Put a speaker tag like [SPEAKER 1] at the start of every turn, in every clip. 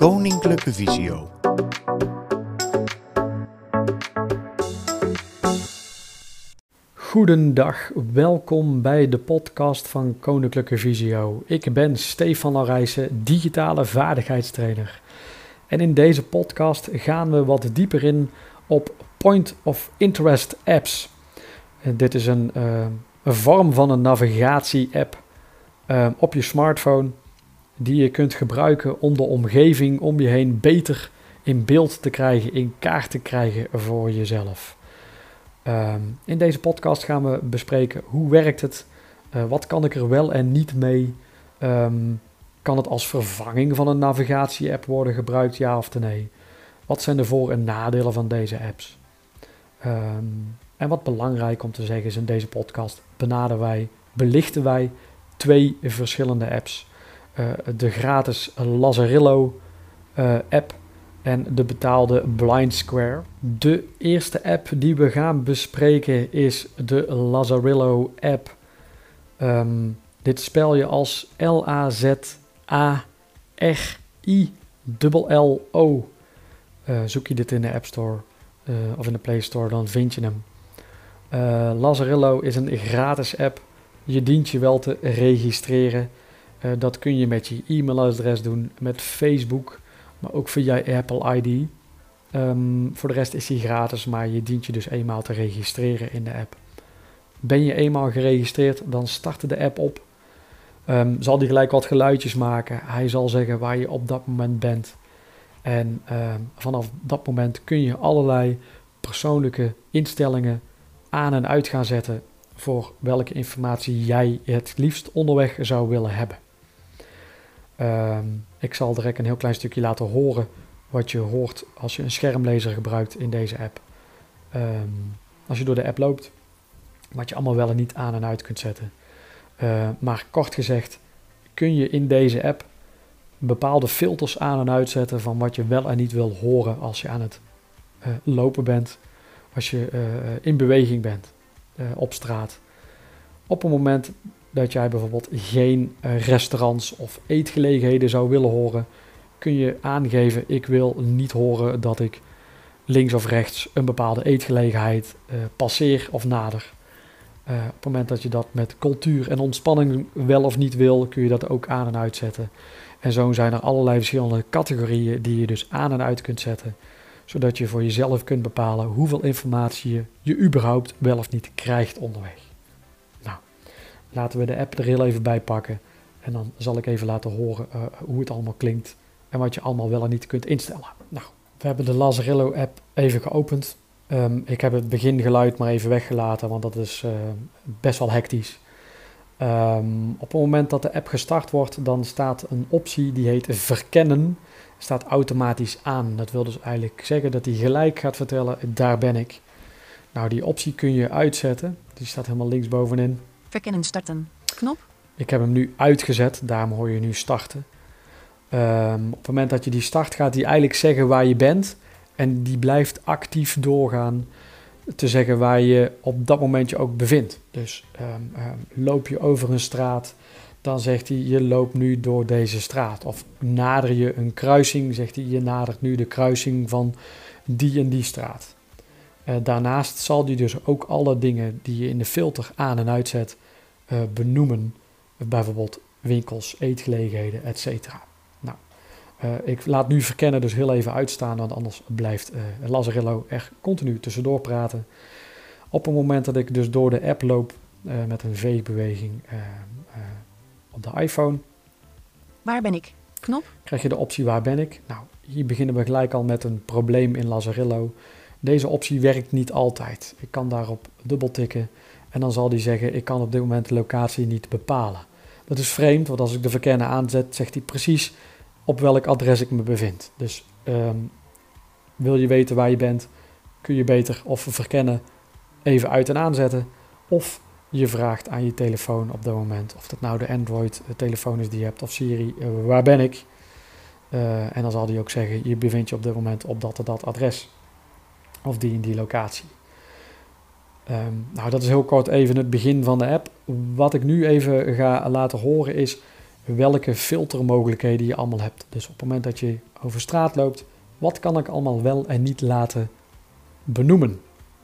[SPEAKER 1] Koninklijke Visio.
[SPEAKER 2] Goedendag, welkom bij de podcast van Koninklijke Visio. Ik ben Stefan Larijsen, digitale vaardigheidstrainer. En in deze podcast gaan we wat dieper in op Point of Interest apps. Dit is een vorm van een navigatie-app op je smartphone die je kunt gebruiken om de omgeving om je heen beter in beeld te krijgen, in kaart te krijgen voor jezelf. In deze podcast gaan we bespreken hoe werkt het, wat kan ik er wel en niet mee, kan het als vervanging van een navigatie-app worden gebruikt, ja of nee? Wat zijn de voor- en nadelen van deze apps? En wat belangrijk om te zeggen is, in deze podcast belichten wij 2 verschillende apps. De gratis Lazarillo app en de betaalde Blind Square. De eerste app die we gaan bespreken is de Lazarillo app. Dit spel je als L-A-Z-A-R-I-L-L-O. Zoek je dit in de App Store of in de Play Store, dan vind je hem. Lazarillo is een gratis app. Je dient je wel te registreren. Dat kun je met je e-mailadres doen, met Facebook, maar ook via je Apple ID. Voor de rest is die gratis, maar je dient je dus eenmaal te registreren in de app. Ben je eenmaal geregistreerd, dan start de app op. Zal die gelijk wat geluidjes maken. Hij zal zeggen waar je op dat moment bent. En vanaf dat moment kun je allerlei persoonlijke instellingen aan en uit gaan zetten voor welke informatie jij het liefst onderweg zou willen hebben. Ik zal direct een heel klein stukje laten horen wat je hoort als je een schermlezer gebruikt in deze app. Als je door de app loopt, wat je allemaal wel en niet aan en uit kunt zetten. Maar kort gezegd kun je in deze app bepaalde filters aan en uitzetten van wat je wel en niet wil horen als je aan het lopen bent, als je in beweging bent op straat. Op het moment dat jij bijvoorbeeld geen restaurants of eetgelegenheden zou willen horen, kun je aangeven: ik wil niet horen dat ik links of rechts een bepaalde eetgelegenheid passeer of nader. Op het moment dat je dat met cultuur en ontspanning wel of niet wil, kun je dat ook aan en uitzetten. En zo zijn er allerlei verschillende categorieën die je dus aan en uit kunt zetten, zodat je voor jezelf kunt bepalen hoeveel informatie je überhaupt wel of niet krijgt onderweg. Nou, laten we de app er heel even bij pakken en dan zal ik even laten horen hoe het allemaal klinkt en wat je allemaal wel en niet kunt instellen. Nou, we hebben de Lazarillo app even geopend. Ik heb het begingeluid maar even weggelaten, want dat is best wel hectisch. Op het moment dat de app gestart wordt, dan staat een optie die heet verkennen. Staat automatisch aan. Dat wil dus eigenlijk zeggen dat hij gelijk gaat vertellen: daar ben ik. Nou, die optie kun je uitzetten. Die staat helemaal linksbovenin.
[SPEAKER 3] Verkennen starten. Knop.
[SPEAKER 2] Ik heb hem nu uitgezet, daarom hoor je nu starten. Op het moment dat je die start, gaat hij eigenlijk zeggen waar je bent. En die blijft actief doorgaan te zeggen waar je op dat moment je ook bevindt. Dus loop je over een straat, dan zegt hij: je loopt nu door deze straat. Of nader je een kruising, zegt hij: je nadert nu de kruising van die en die straat. Daarnaast zal hij dus ook alle dingen die je in de filter aan en uitzet benoemen. Bijvoorbeeld winkels, eetgelegenheden, etc. Nou, ik laat nu verkennen dus heel even uitstaan, want anders blijft Lazarillo er continu tussendoor praten. Op het moment dat ik dus door de app loop met een veegbeweging op de iPhone.
[SPEAKER 3] Waar ben ik? Knop.
[SPEAKER 2] Krijg je de optie waar ben ik? Nou, hier beginnen we gelijk al met een probleem in Lazarillo. Deze optie werkt niet altijd. Ik kan daarop dubbeltikken en dan zal die zeggen: ik kan op dit moment de locatie niet bepalen. Dat is vreemd, want als ik de verkennen aanzet, zegt hij precies op welk adres ik me bevind. Dus wil je weten waar je bent, kun je beter of verkennen even uit en aanzetten, of je vraagt aan je telefoon op dat moment, of dat nou de Android telefoon is die je hebt, of Siri, waar ben ik? En dan zal die ook zeggen: je bevindt je op dit moment op dat en dat adres, of die en die locatie. Nou, dat is heel kort even het begin van de app. Wat ik nu even ga laten horen is welke filtermogelijkheden je allemaal hebt. Dus op het moment dat je over straat loopt, wat kan ik allemaal wel en niet laten benoemen?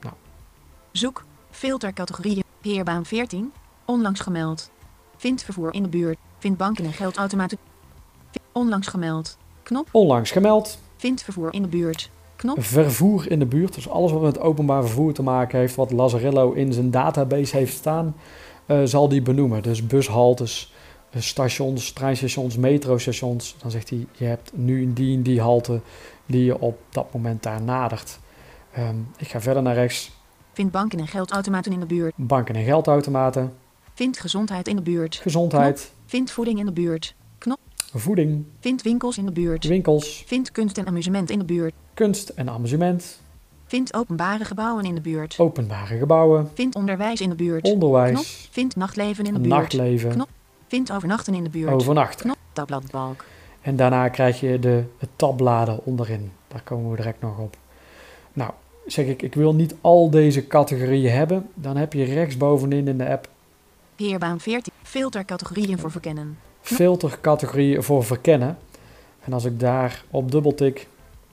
[SPEAKER 3] Zoek. Filtercategorieën. Heerbaan 14. Onlangs gemeld. Vind vervoer in de buurt. Vind banken en geldautomaten. Onlangs gemeld. Knop.
[SPEAKER 2] Onlangs gemeld.
[SPEAKER 3] Vind vervoer in de buurt. Knop.
[SPEAKER 2] Vervoer in de buurt. Dus alles wat met openbaar vervoer te maken heeft, wat Lazarillo in zijn database heeft staan, zal die benoemen. Dus bushaltes, stations, treinstations, metrostations. Dan zegt hij, je hebt nu die en die halte die je op dat moment daar nadert. Ik ga verder naar rechts.
[SPEAKER 3] Vind banken en geldautomaten in de buurt.
[SPEAKER 2] Banken en geldautomaten.
[SPEAKER 3] Vind gezondheid in de buurt.
[SPEAKER 2] Gezondheid.
[SPEAKER 3] Vind voeding in de buurt. Knop.
[SPEAKER 2] Voeding.
[SPEAKER 3] Vind winkels in de buurt.
[SPEAKER 2] Winkels.
[SPEAKER 3] Vind kunst en amusement in de buurt.
[SPEAKER 2] Kunst en amusement.
[SPEAKER 3] Vind openbare gebouwen in de buurt.
[SPEAKER 2] Openbare gebouwen.
[SPEAKER 3] Vind onderwijs in de buurt.
[SPEAKER 2] Onderwijs.
[SPEAKER 3] Knop. Vind nachtleven in de buurt.
[SPEAKER 2] Nachtleven.
[SPEAKER 3] Knop. Vind overnachten in de buurt.
[SPEAKER 2] Overnachten.
[SPEAKER 3] Knop. Tabbladbalk.
[SPEAKER 2] En daarna krijg je de tabbladen onderin. Daar komen we direct nog op. Nou, zeg ik wil niet al deze categorieën hebben. Dan heb je rechtsbovenin in de app
[SPEAKER 3] Heerbaan 14. Filtercategorieën voor verkennen.
[SPEAKER 2] filtercategorieën voor verkennen. En als ik daar op dubbeltik,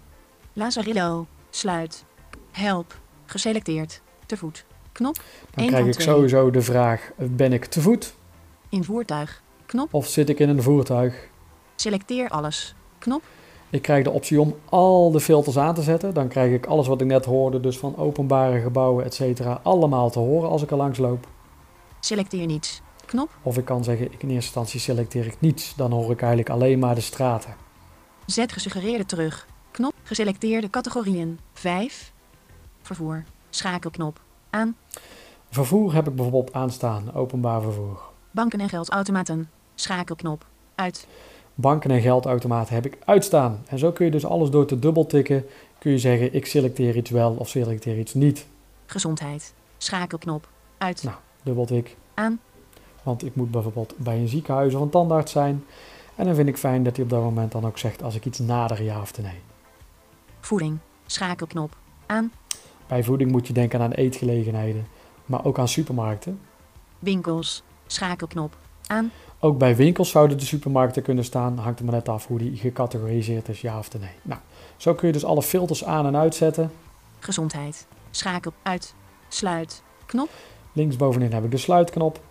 [SPEAKER 3] Lazarillo. Sluit. Help. Geselecteerd. Te voet. Knop.
[SPEAKER 2] dan
[SPEAKER 3] 1
[SPEAKER 2] krijg
[SPEAKER 3] van
[SPEAKER 2] ik
[SPEAKER 3] 2.
[SPEAKER 2] sowieso de vraag, ben ik te voet
[SPEAKER 3] In voertuig. Knop.
[SPEAKER 2] of zit ik in een voertuig?
[SPEAKER 3] Selecteer alles. Knop.
[SPEAKER 2] Ik krijg de optie om al de filters aan te zetten. Dan krijg ik alles wat ik net hoorde, dus van openbare gebouwen, etc. allemaal te horen als ik er langs loop.
[SPEAKER 3] Selecteer niets. Knop.
[SPEAKER 2] Of ik kan zeggen, in eerste instantie selecteer ik niets. Dan hoor ik eigenlijk alleen maar de straten.
[SPEAKER 3] Zet gesuggereerde terug. Knop. Geselecteerde categorieën. 5. Vervoer. Schakelknop. Aan.
[SPEAKER 2] Vervoer heb ik bijvoorbeeld aanstaan, openbaar vervoer.
[SPEAKER 3] Banken en geldautomaten. Schakelknop. Uit.
[SPEAKER 2] Banken en geldautomaten heb ik uitstaan. En zo kun je dus alles door te dubbeltikken, kun je zeggen, ik selecteer iets wel of selecteer iets niet.
[SPEAKER 3] Gezondheid. Schakelknop. Uit.
[SPEAKER 2] Nou, dubbeltik.
[SPEAKER 3] Aan.
[SPEAKER 2] Want ik moet bijvoorbeeld bij een ziekenhuis of een tandarts zijn. En dan vind ik fijn dat hij op dat moment dan ook zegt als ik iets nader, ja of nee.
[SPEAKER 3] Voeding. Schakelknop. Aan.
[SPEAKER 2] Bij voeding moet je denken aan eetgelegenheden, maar ook aan supermarkten.
[SPEAKER 3] Winkels. Schakelknop. Aan.
[SPEAKER 2] Ook bij winkels zouden de supermarkten kunnen staan. Hangt er maar net af hoe die gecategoriseerd is, ja of nee. Nou, zo kun je dus alle filters aan en uitzetten.
[SPEAKER 3] Gezondheid. Schakel. Uit. Sluit. Knop.
[SPEAKER 2] Linksbovenin heb ik de sluitknop.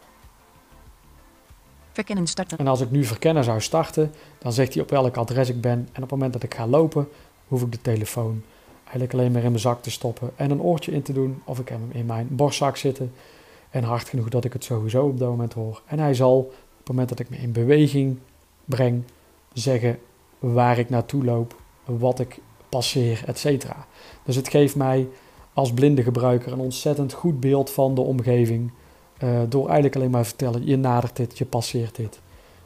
[SPEAKER 3] Verkennen starten.
[SPEAKER 2] En als ik nu verkennen zou starten, dan zegt hij op welk adres ik ben. En op het moment dat ik ga lopen, hoef ik de telefoon eigenlijk alleen maar in mijn zak te stoppen en een oortje in te doen. Of ik heb hem in mijn borstzak zitten. En hard genoeg dat ik het sowieso op dat moment hoor. En hij zal op het moment dat ik me in beweging breng, zeggen waar ik naartoe loop, wat ik passeer, etc. Dus het geeft mij als blinde gebruiker een ontzettend goed beeld van de omgeving. Door eigenlijk alleen maar te vertellen, je nadert dit, je passeert dit.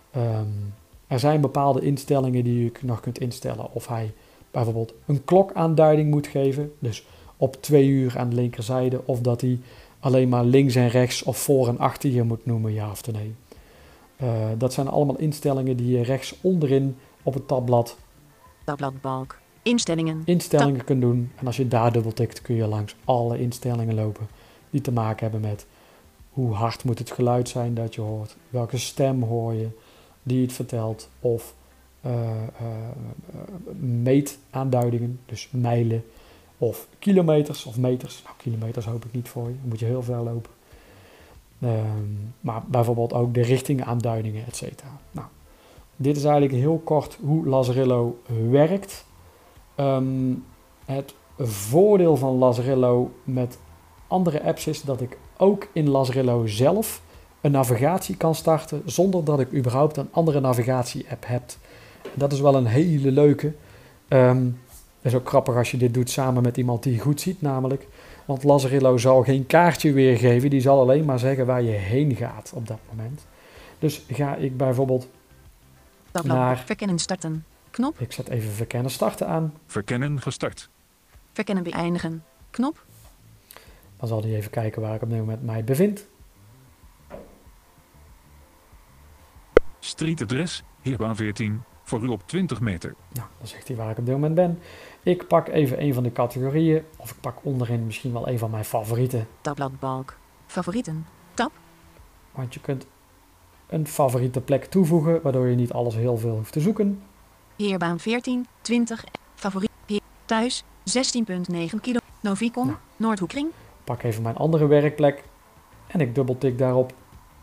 [SPEAKER 2] Er zijn bepaalde instellingen die je nog kunt instellen. Of hij bijvoorbeeld een klokaanduiding moet geven. Dus op 2 uur aan de linkerzijde. Of dat hij alleen maar links en rechts of voor en achter je moet noemen, ja of nee. Dat zijn allemaal instellingen die je rechts onderin op het tabblad
[SPEAKER 3] Tabbladbalk. Instellingen.
[SPEAKER 2] instellingen kunt doen. En als je daar dubbeltikt kun je langs alle instellingen lopen die te maken hebben met hoe hard moet het geluid zijn dat je hoort, welke stem hoor je die het vertelt, of meetaanduidingen, dus mijlen, of kilometers of meters. Nou, kilometers hoop ik niet voor je, dan moet je heel ver lopen. Maar bijvoorbeeld ook de richtingaanduidingen, et cetera. Nou, dit is eigenlijk heel kort hoe Lazarillo werkt. Het voordeel van Lazarillo met andere apps is dat ik ook in Lazarillo zelf een navigatie kan starten zonder dat ik überhaupt een andere navigatie-app heb. Dat is wel een hele leuke. Het is ook grappig als je dit doet samen met iemand die goed ziet namelijk. Want Lazarillo zal geen kaartje weergeven, die zal alleen maar zeggen waar je heen gaat op dat moment. Dus ga ik bijvoorbeeld
[SPEAKER 3] Tabblad.
[SPEAKER 2] naar...
[SPEAKER 3] Verkennen starten. Knop.
[SPEAKER 2] Ik zet even verkennen starten aan.
[SPEAKER 1] Verkennen gestart.
[SPEAKER 3] Verkennen beëindigen. Knop.
[SPEAKER 2] Dan zal hij even kijken waar ik op dit moment mij bevind.
[SPEAKER 1] Streetadres, Heerbaan 14, voor u op 20 meter.
[SPEAKER 2] Nou, dan zegt hij waar ik op dit moment ben. Ik pak even een van de categorieën. Of ik pak onderin misschien wel een van mijn favorieten.
[SPEAKER 3] Tabbladbalk. Favorieten. Tab.
[SPEAKER 2] Want je kunt een favoriete plek toevoegen, waardoor je niet alles heel veel hoeft te zoeken.
[SPEAKER 3] Heerbaan 14, 20, favoriet, thuis, 16,9 kilo, Novicon,
[SPEAKER 2] Nou.
[SPEAKER 3] Noordhoekring,
[SPEAKER 2] Pak even mijn andere werkplek en ik dubbeltik daarop.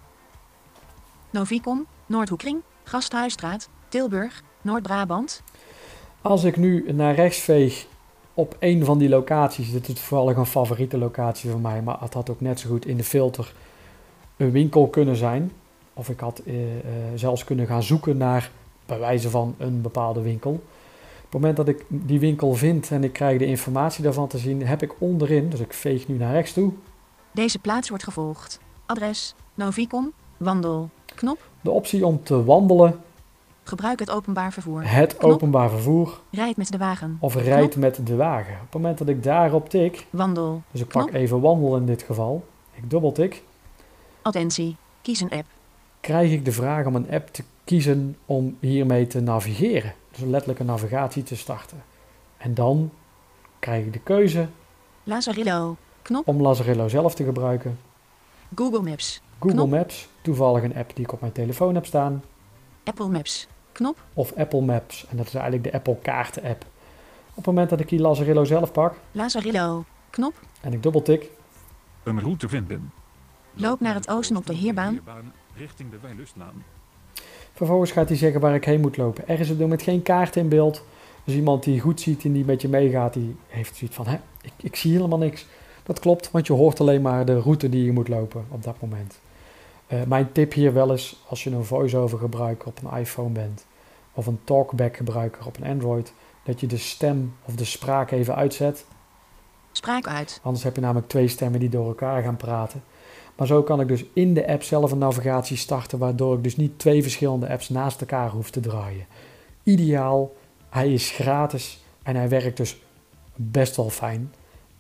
[SPEAKER 3] Novicon, Noordhoekring, Gasthuisstraat, Tilburg, Noord-Brabant,
[SPEAKER 2] Als ik nu naar rechts veeg op een van die locaties, dit is toevallig een favoriete locatie van mij, maar het had ook net zo goed in de filter een winkel kunnen zijn. Of ik had zelfs kunnen gaan zoeken naar, bij wijze van, een bepaalde winkel. Op het moment dat ik die winkel vind en ik krijg de informatie daarvan te zien, heb ik onderin, dus ik veeg nu naar rechts toe,
[SPEAKER 3] deze plaats wordt gevolgd. Adres, Novicon, wandel, knop,
[SPEAKER 2] de optie om te wandelen,
[SPEAKER 3] gebruik het openbaar vervoer,
[SPEAKER 2] het
[SPEAKER 3] Knop.
[SPEAKER 2] openbaar vervoer
[SPEAKER 3] rijd met de wagen,
[SPEAKER 2] of rijd met de wagen. Op het moment dat ik daarop tik,
[SPEAKER 3] wandel,
[SPEAKER 2] dus ik pak
[SPEAKER 3] Knop.
[SPEAKER 2] even wandel in dit geval, ik dubbeltik,
[SPEAKER 3] attentie, kies een app,
[SPEAKER 2] krijg ik de vraag om een app te kiezen om hiermee te navigeren. Dus letterlijk een navigatie te starten. En dan krijg ik de keuze
[SPEAKER 3] Lazarillo, knop,
[SPEAKER 2] om Lazarillo zelf te gebruiken.
[SPEAKER 3] Google Maps,
[SPEAKER 2] Google
[SPEAKER 3] Knop.
[SPEAKER 2] Maps, toevallig een app die ik op mijn telefoon heb staan.
[SPEAKER 3] Apple Maps, knop,
[SPEAKER 2] Of Apple Maps, en dat is eigenlijk de Apple kaarten app. Op het moment dat ik die Lazarillo zelf pak
[SPEAKER 3] Lazarillo, knop,
[SPEAKER 2] en ik dubbeltik,
[SPEAKER 1] Een route vinden.
[SPEAKER 3] loop naar het oosten op de Heerbaan,
[SPEAKER 1] Richting de Wijlustlaan.
[SPEAKER 2] vervolgens gaat hij zeggen waar ik heen moet lopen. Er is op dit moment geen kaart in beeld. Dus iemand die goed ziet en die met je meegaat, die heeft zoiets van, ik zie helemaal niks. Dat klopt, want je hoort alleen maar de route die je moet lopen op dat moment. Mijn tip hier wel is, als je een voice-over gebruiker op een iPhone bent, of een talkback gebruiker op een Android, dat je de stem of de spraak even uitzet.
[SPEAKER 3] spraak uit,
[SPEAKER 2] Anders heb je namelijk twee stemmen die door elkaar gaan praten. Maar zo kan ik dus in de app zelf een navigatie starten, waardoor ik dus niet twee verschillende apps naast elkaar hoef te draaien. Ideaal, hij is gratis en hij werkt dus best wel fijn.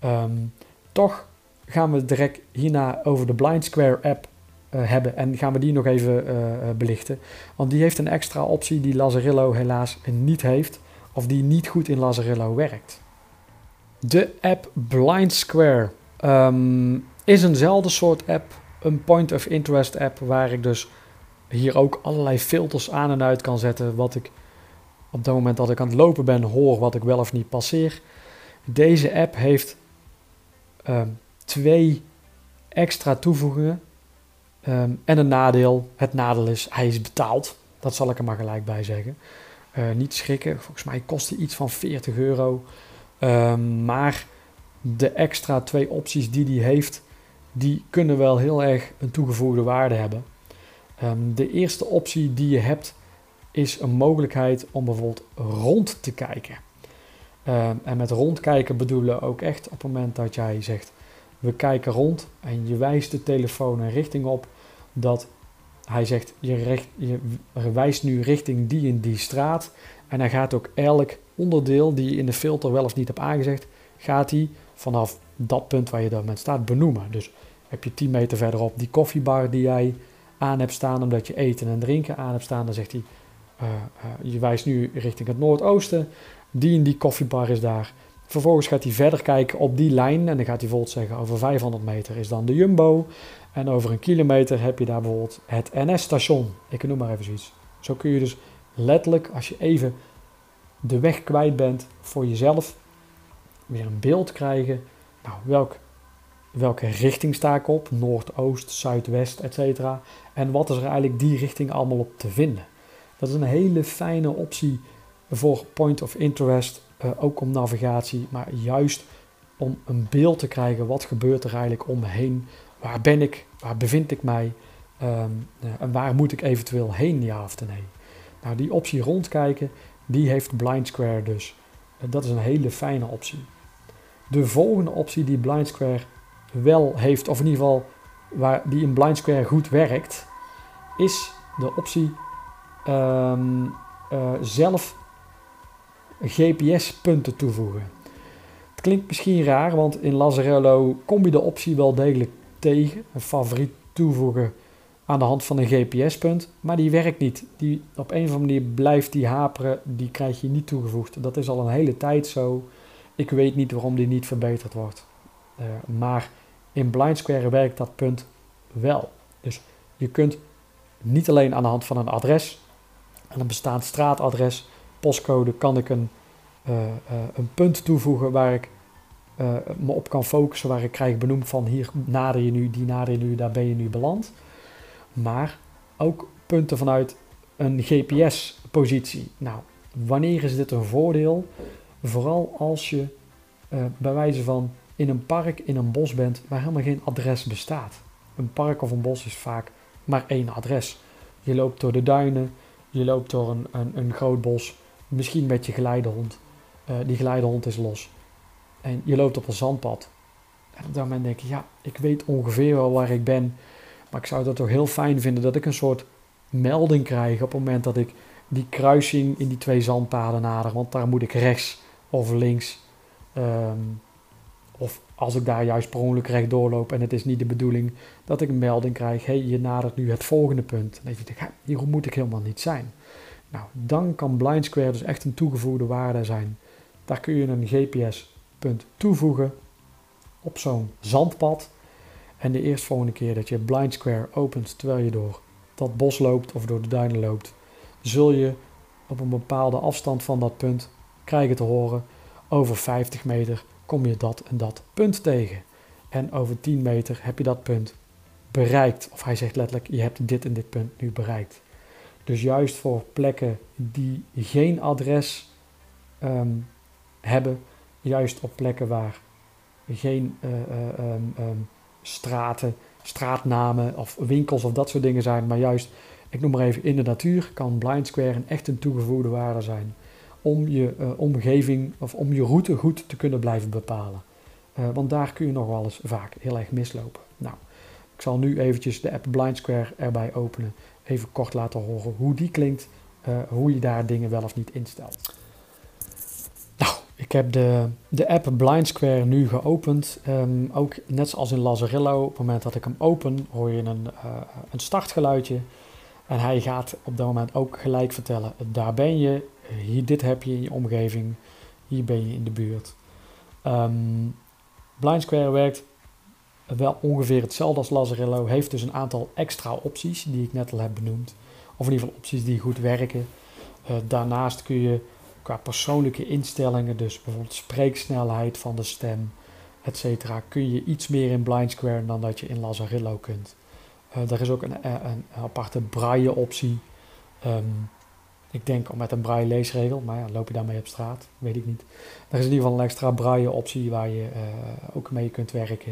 [SPEAKER 2] Toch gaan we direct hierna over de Blind Square app hebben en gaan we die nog even belichten. Want die heeft een extra optie die Lazarillo helaas niet heeft, of die niet goed in Lazarillo werkt. De app Blind Square is eenzelfde soort app, een point of interest app, waar ik dus hier ook allerlei filters aan en uit kan zetten, wat ik op het moment dat ik aan het lopen ben hoor, wat ik wel of niet passeer. Deze app heeft 2 extra toevoegingen en een nadeel. Het nadeel is, hij is betaald. Dat zal ik er maar gelijk bij zeggen. Niet schrikken, volgens mij kost hij iets van €40. Maar de extra 2 opties die hij heeft, die kunnen wel heel erg een toegevoegde waarde hebben. De eerste optie die je hebt, is een mogelijkheid om bijvoorbeeld rond te kijken. En met rondkijken bedoelen we ook echt op het moment dat jij zegt, we kijken rond en je wijst de telefoon een richting op, dat hij zegt, je wijst nu richting die en die straat. En hij gaat ook elk onderdeel die je in de filter wel of niet hebt aangezegd, gaat hij vanaf dat punt waar je dat moment staat benoemen. Dus heb je 10 meter verderop die koffiebar die jij aan hebt staan, omdat je eten en drinken aan hebt staan, dan zegt hij, je wijst nu richting het noordoosten, die en die koffiebar is daar. Vervolgens gaat hij verder kijken op die lijn en dan gaat hij bijvoorbeeld zeggen, over 500 meter is dan de Jumbo en over 1 kilometer heb je daar bijvoorbeeld het NS-station. Ik noem maar even zoiets. Zo kun je dus letterlijk, als je even de weg kwijt bent voor jezelf, weer een beeld krijgen. Nou, welke richting sta ik op? Noordoost, zuidwest, etc. En wat is er eigenlijk die richting allemaal op te vinden? Dat is een hele fijne optie voor point of interest, ook om navigatie, maar juist om een beeld te krijgen, wat gebeurt er eigenlijk om me heen? Waar ben ik? Waar bevind ik mij? En waar moet ik eventueel heen, ja of nee? Nou, die optie rondkijken, die heeft Blind Square dus. Dat is een hele fijne optie. De volgende optie die Blind Square wel heeft, of in ieder geval waar die in Blind Square goed werkt, is de optie zelf GPS-punten toevoegen. Het klinkt misschien raar, want in Lazarillo kom je de optie wel degelijk tegen. Een favoriet toevoegen aan de hand van een GPS-punt, maar die werkt niet. Die, op een of andere manier blijft die haperen, die krijg je niet toegevoegd. Dat is al een hele tijd zo. Ik weet niet waarom die niet verbeterd wordt. Maar in Blind Square werkt dat punt wel. Dus je kunt niet alleen aan de hand van een adres, aan een bestaand straatadres, postcode, kan ik een punt toevoegen waar ik me op kan focussen, waar ik krijg benoemd van hier nader je nu, die nader je nu, daar ben je nu beland. Maar ook punten vanuit een GPS-positie. Nou, wanneer is dit een voordeel? Vooral als je bij wijze van in een park, in een bos bent waar helemaal geen adres bestaat. Een park of een bos is vaak maar één adres. Je loopt door de duinen, je loopt door een groot bos, misschien met je geleidehond. Die geleidehond is los. En je loopt op een zandpad. En op dat moment denk je, ja, ik weet ongeveer wel waar ik ben. Maar ik zou het toch heel fijn vinden dat ik een soort melding krijg op het moment dat ik die kruising in die 2 zandpaden nader. Want daar moet ik rechts of links. Of als ik daar juist per ongeluk rechtdoor loop en het is niet de bedoeling dat ik een melding krijg. Hey, je nadert nu het volgende punt. En dan denk je, ja, hier moet ik helemaal niet zijn. Nou, dan kan Blind Square dus echt een toegevoegde waarde zijn. Daar kun je een GPS-punt toevoegen op zo'n zandpad. En de eerstvolgende keer dat je Blind Square opent terwijl je door dat bos loopt of door de duinen loopt, zul je op een bepaalde afstand van dat punt krijgen te horen: over 50 meter kom je dat en dat punt tegen. En over 10 meter heb je dat punt bereikt. Of hij zegt letterlijk, je hebt dit en dit punt nu bereikt. Dus juist voor plekken die geen adres hebben, juist op plekken waar geen straatnamen of winkels of dat soort dingen zijn, maar juist, ik noem maar even, in de natuur, kan Blind Square echt een toegevoegde waarde zijn om je omgeving of om je route goed te kunnen blijven bepalen. Want daar kun je nog wel eens vaak heel erg mislopen. Nou, ik zal nu eventjes de app Blind Square erbij openen, even kort laten horen hoe die klinkt, hoe je daar dingen wel of niet instelt. Nou, ik heb de app Blind Square nu geopend. Ook net zoals in Lazarillo, op het moment dat ik hem open, hoor je een startgeluidje. En hij gaat op dat moment ook gelijk vertellen, daar ben je, hier, dit heb je in je omgeving, hier ben je in de buurt. Blind Square werkt wel ongeveer hetzelfde als Lazarillo, heeft dus een aantal extra opties die ik net al heb benoemd. Of in ieder geval opties die goed werken. Daarnaast kun je qua persoonlijke instellingen, dus bijvoorbeeld spreeksnelheid van de stem, etc., kun je iets meer in Blind Square dan dat je in Lazarillo kunt. Er is ook een aparte braille optie. Ik denk met een braille leesregel, maar ja, loop je daarmee op straat? Weet ik niet. Er is in ieder geval een extra braille optie waar je ook mee kunt werken.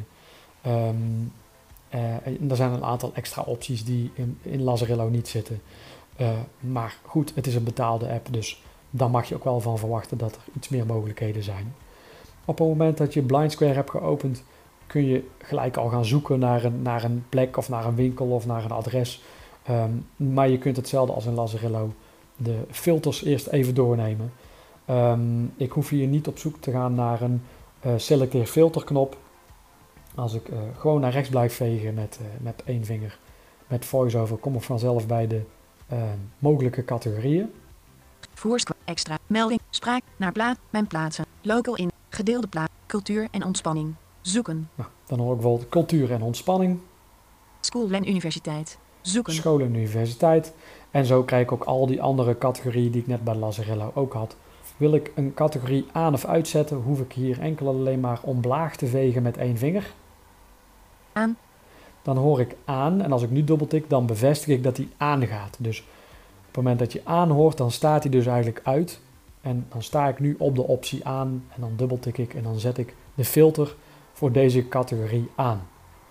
[SPEAKER 2] Er zijn een aantal extra opties die in Lazarillo niet zitten. Maar goed, het is een betaalde app, dus daar mag je ook wel van verwachten dat er iets meer mogelijkheden zijn. Op het moment dat je Blind Square hebt geopend, kun je gelijk al gaan zoeken naar een plek of naar een winkel of naar een adres. Maar je kunt hetzelfde als in Lazarillo de filters eerst even doornemen. Ik hoef hier niet op zoek te gaan naar een selecteer filterknop. Als ik gewoon naar rechts blijf vegen met 1 vinger met VoiceOver, kom ik vanzelf bij de mogelijke categorieën.
[SPEAKER 3] Voorscroll, extra, melding, spraak, naar plaat, mijn plaatsen, local in, gedeelde plaat, cultuur en ontspanning, zoeken.
[SPEAKER 2] Nou, dan hoor ik bijvoorbeeld cultuur en ontspanning.
[SPEAKER 3] School en universiteit, zoeken.
[SPEAKER 2] School en universiteit. En zo krijg ik ook al die andere categorieën die ik net bij Lazarillo ook had. Wil ik een categorie aan of uitzetten, hoef ik hier enkel alleen maar omlaag te vegen met 1 vinger.
[SPEAKER 3] Aan.
[SPEAKER 2] Dan hoor ik aan en als ik nu dubbeltik, dan bevestig ik dat hij aangaat. Dus op het moment dat je aan hoort, dan staat hij dus eigenlijk uit. En dan sta ik nu op de optie aan en dan dubbeltik ik en dan zet ik de filter voor deze categorie aan.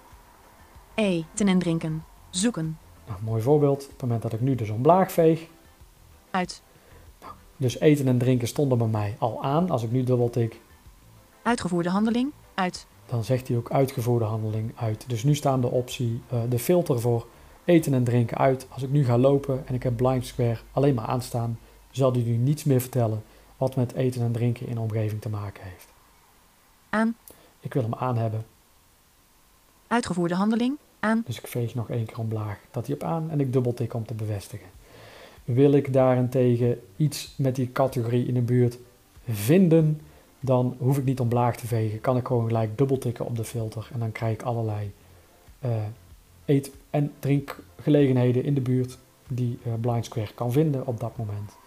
[SPEAKER 3] Eten en drinken, zoeken.
[SPEAKER 2] Nou, mooi voorbeeld. Op het moment dat ik nu dus omlaag veeg.
[SPEAKER 3] Uit.
[SPEAKER 2] Dus eten en drinken stonden bij mij al aan. Als ik nu dubbeltik,
[SPEAKER 3] Uitgevoerde handeling, uit.
[SPEAKER 2] dan zegt hij ook uitgevoerde handeling uit. Dus nu staan de optie, de filter voor eten en drinken uit. Als ik nu ga lopen en ik heb Blind Square alleen maar aanstaan, zal hij nu niets meer vertellen wat met eten en drinken in de omgeving te maken heeft.
[SPEAKER 3] Aan.
[SPEAKER 2] Ik wil hem aan hebben,
[SPEAKER 3] Uitgevoerde handeling, aan.
[SPEAKER 2] dus ik veeg nog 1 keer omlaag dat hij op aan en ik dubbeltik om te bevestigen. Wil ik daarentegen iets met die categorie in de buurt vinden, dan hoef ik niet omlaag te vegen. Kan ik gewoon gelijk dubbeltikken op de filter en dan krijg ik allerlei en drinkgelegenheden in de buurt die Blind Square kan vinden op dat moment.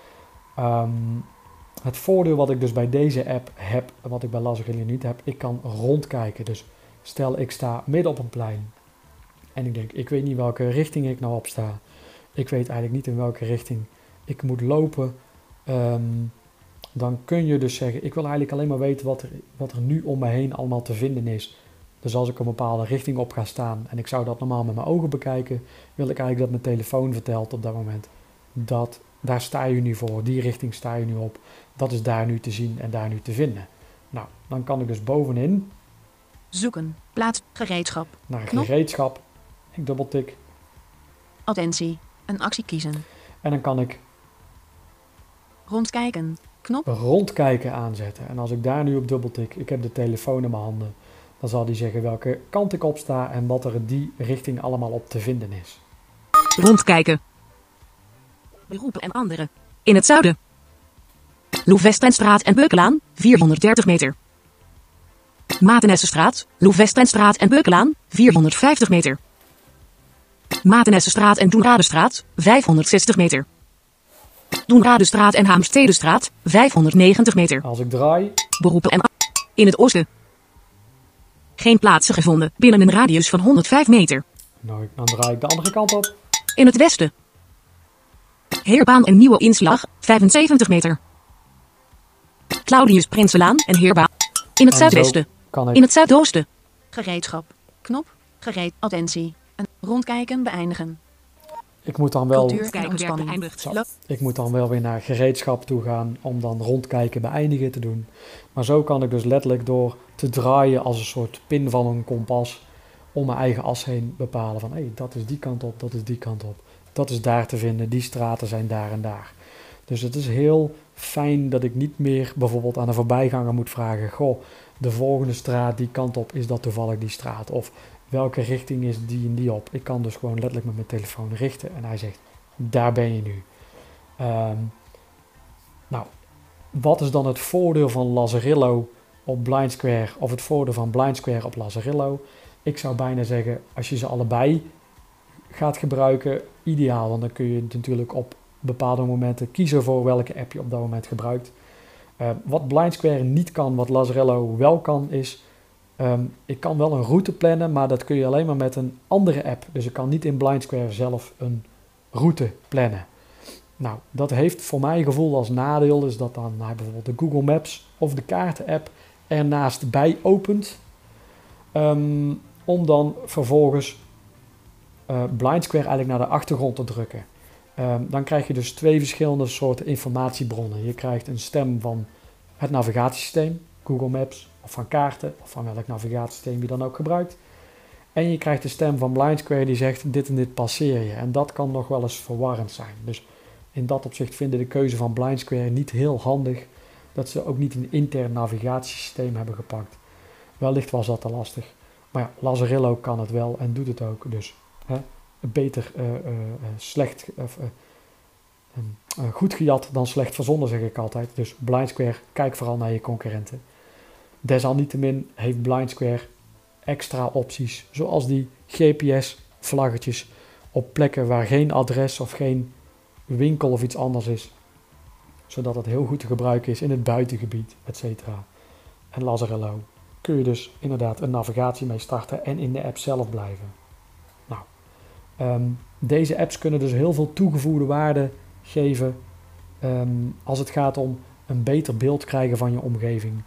[SPEAKER 2] Het voordeel wat ik dus bij deze app heb, wat ik bij Lazarillo niet heb, ik kan rondkijken. Dus stel ik sta midden op een plein en ik denk, ik weet niet welke richting ik nou op sta. Ik weet eigenlijk niet in welke richting ik moet lopen. Dan kun je dus zeggen, ik wil eigenlijk alleen maar weten wat er nu om me heen allemaal te vinden is. Dus als ik een bepaalde richting op ga staan en ik zou dat normaal met mijn ogen bekijken, wil ik eigenlijk dat mijn telefoon vertelt op dat moment. Dat daar sta je nu voor, die richting sta je nu op. Dat is daar nu te zien en daar nu te vinden. Nou, dan kan ik dus bovenin
[SPEAKER 3] Zoeken. Plaats. Gereedschap.
[SPEAKER 2] naar
[SPEAKER 3] Knop.
[SPEAKER 2] gereedschap. Ik dubbeltik
[SPEAKER 3] Attentie. Een actie kiezen.
[SPEAKER 2] en dan kan ik
[SPEAKER 3] Rondkijken. Knop.
[SPEAKER 2] rondkijken aanzetten. En als ik daar nu op dubbeltik, ik heb de telefoon in mijn handen, dan zal die zeggen welke kant ik op sta en wat er in die richting allemaal op te vinden is.
[SPEAKER 4] Rondkijken. Beroepen en anderen. In het zuiden. Loefwestrenstraat en Beukelaan, 430 meter. Matenessenstraat, Loefwestrenstraat en Beukelaan, 450 meter. Matenessenstraat en Doenradestraat, 560 meter. Doenradestraat en Haamstedestraat, 590 meter.
[SPEAKER 2] Als ik draai,
[SPEAKER 4] Beroepen en in het oosten. Geen plaatsen gevonden binnen een radius van 105 meter.
[SPEAKER 2] nou, dan draai ik de andere kant op.
[SPEAKER 4] In het westen. Heerbaan en Nieuwe Inslag, 75 meter. Claudius Prinselaan en Heerbaan. In het
[SPEAKER 2] En
[SPEAKER 4] zuidwesten.
[SPEAKER 2] zo kan ik
[SPEAKER 4] In het zuidoosten.
[SPEAKER 3] Gereedschap. Knop. Attentie. Een rondkijken beëindigen.
[SPEAKER 2] Ik moet dan wel,
[SPEAKER 3] Cultuur en ontspanning.
[SPEAKER 2] Zo. Ik moet dan wel weer naar gereedschap toe gaan om dan rondkijken beëindigen te doen. Maar zo kan ik dus letterlijk door te draaien als een soort pin van een kompas om mijn eigen as heen bepalen van hé, dat is die kant op, dat is die kant op. Dat is daar te vinden, die straten zijn daar en daar. Dus het is heel fijn dat ik niet meer bijvoorbeeld aan een voorbijganger moet vragen, goh, de volgende straat die kant op, is dat toevallig die straat? Of welke richting is die en die op? Ik kan dus gewoon letterlijk met mijn telefoon richten en hij zegt, daar ben je nu. Nou, wat is dan het voordeel van Lazarillo op Blind Square of het voordeel van Blind Square op Lazarillo? Ik zou bijna zeggen, als je ze allebei gaat gebruiken, ideaal. Want dan kun je natuurlijk op bepaalde momenten kiezen voor welke app je op dat moment gebruikt. Wat Blind Square niet kan, wat Lazarillo wel kan, is ik kan wel een route plannen, maar dat kun je alleen maar met een andere app. Dus ik kan niet in Blind Square zelf een route plannen. Nou, dat heeft voor mijn gevoel als nadeel, is dat dan hij bijvoorbeeld de Google Maps of de kaarten-app ernaast bij opent. Om dan vervolgens Blind Square eigenlijk naar de achtergrond te drukken. Dan krijg je dus twee verschillende soorten informatiebronnen. Je krijgt een stem van het navigatiesysteem, Google Maps, of van kaarten, of van welk navigatiesysteem je dan ook gebruikt. En je krijgt de stem van Blind Square die zegt dit en dit passeer je. En dat kan nog wel eens verwarrend zijn. Dus in dat opzicht vinden de keuze van Blind Square niet heel handig dat ze ook niet een intern navigatiesysteem hebben gepakt. Wellicht was dat te lastig. Maar ja, Lazarillo kan het wel en doet het ook. Dus beter goed gejat dan slecht verzonnen, zeg ik altijd. Dus Blind Square, kijk vooral naar je concurrenten. Desalniettemin heeft Blind Square extra opties, zoals die GPS-vlaggetjes op plekken waar geen adres of geen winkel of iets anders is. Zodat het heel goed te gebruiken is in het buitengebied, etc. En Lazarillo kun je dus inderdaad een navigatie mee starten en in de app zelf blijven. Nou, deze apps kunnen dus heel veel toegevoegde waarde geven als het gaat om een beter beeld krijgen van je omgeving.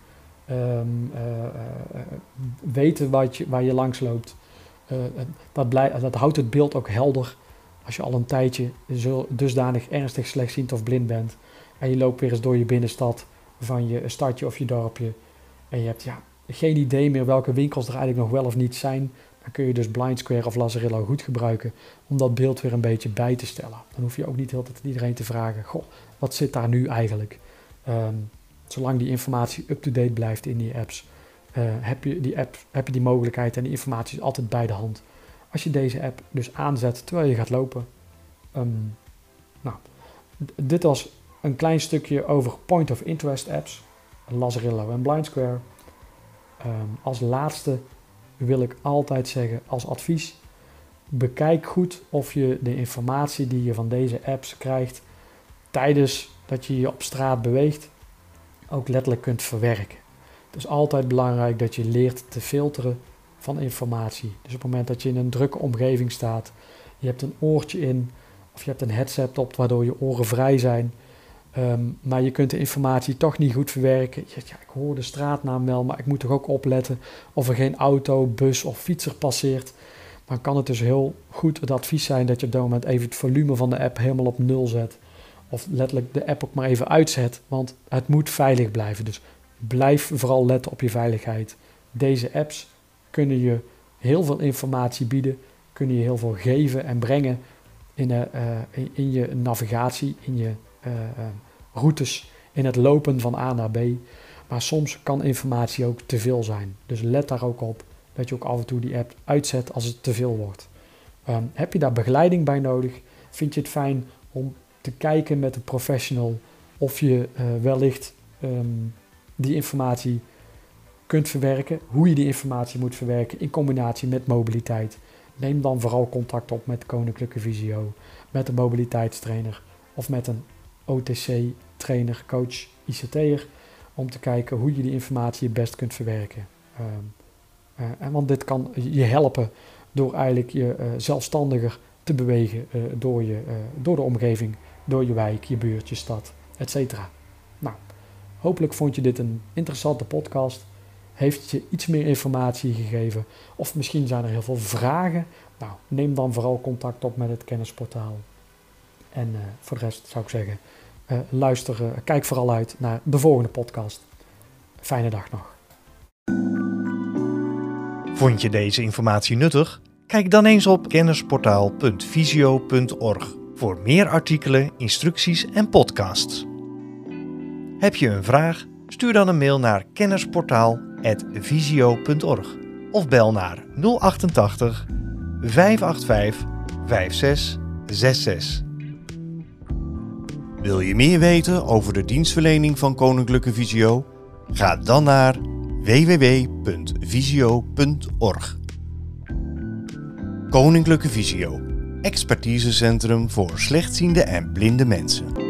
[SPEAKER 2] Weten waar je langs loopt. Dat houdt het beeld ook helder als je al een tijdje dusdanig ernstig slechtziend of blind bent en je loopt weer eens door je binnenstad van je stadje of je dorpje en je hebt geen idee meer welke winkels er eigenlijk nog wel of niet zijn, dan kun je dus Blind Square of Lazarillo goed gebruiken om dat beeld weer een beetje bij te stellen. Dan hoef je ook niet altijd iedereen te vragen, goh, wat zit daar nu eigenlijk? Zolang die informatie up-to-date blijft in die apps, heb je die mogelijkheid en die informatie is altijd bij de hand. Als je deze app dus aanzet terwijl je gaat lopen. Dit was een klein stukje over Point of Interest apps, Lazarillo en Blind Square. Als laatste wil ik altijd zeggen als advies, bekijk goed of je de informatie die je van deze apps krijgt tijdens dat je je op straat beweegt ook letterlijk kunt verwerken. Het is altijd belangrijk dat je leert te filteren van informatie. Dus op het moment dat je in een drukke omgeving staat, je hebt een oortje in of je hebt een headset op waardoor je oren vrij zijn, maar je kunt de informatie toch niet goed verwerken. Ja, ik hoor de straatnaam wel, maar ik moet toch ook opletten of er geen auto, bus of fietser passeert. Dan kan het dus heel goed het advies zijn dat je op dat moment even het volume van de app helemaal op 0 zet. Of letterlijk de app ook maar even uitzet, want het moet veilig blijven. Dus blijf vooral letten op je veiligheid. Deze apps kunnen je heel veel informatie bieden, kunnen je heel veel geven en brengen in je navigatie, in je routes, in het lopen van A naar B. Maar soms kan informatie ook te veel zijn. Dus let daar ook op dat je ook af en toe die app uitzet als het te veel wordt. Heb je daar begeleiding bij nodig? Vind je het fijn om te kijken met een professional of je wellicht die informatie kunt verwerken, hoe je die informatie moet verwerken in combinatie met mobiliteit? Neem dan vooral contact op met Koninklijke Visio, met een mobiliteitstrainer of met een OTC-trainer, coach, ICT'er, om te kijken hoe je die informatie het best kunt verwerken. Want dit kan je helpen door eigenlijk je zelfstandiger te bewegen door de omgeving, door je wijk, je buurt, je stad, etc. Nou, hopelijk vond je dit een interessante podcast. Heeft je iets meer informatie gegeven? Of misschien zijn er heel veel vragen? Nou, neem dan vooral contact op met het kennisportaal. En voor de rest zou ik zeggen, kijk vooral uit naar de volgende podcast. Fijne dag nog.
[SPEAKER 5] Vond je deze informatie nuttig? Kijk dan eens op kennisportaal.visio.org voor meer artikelen, instructies en podcasts. Heb je een vraag? Stuur dan een mail naar kennisportaal@visio.org of bel naar 088 585 5666. Wil je meer weten over de dienstverlening van Koninklijke Visio? Ga dan naar www.visio.org. Koninklijke Visio, expertisecentrum voor slechtziende en blinde mensen.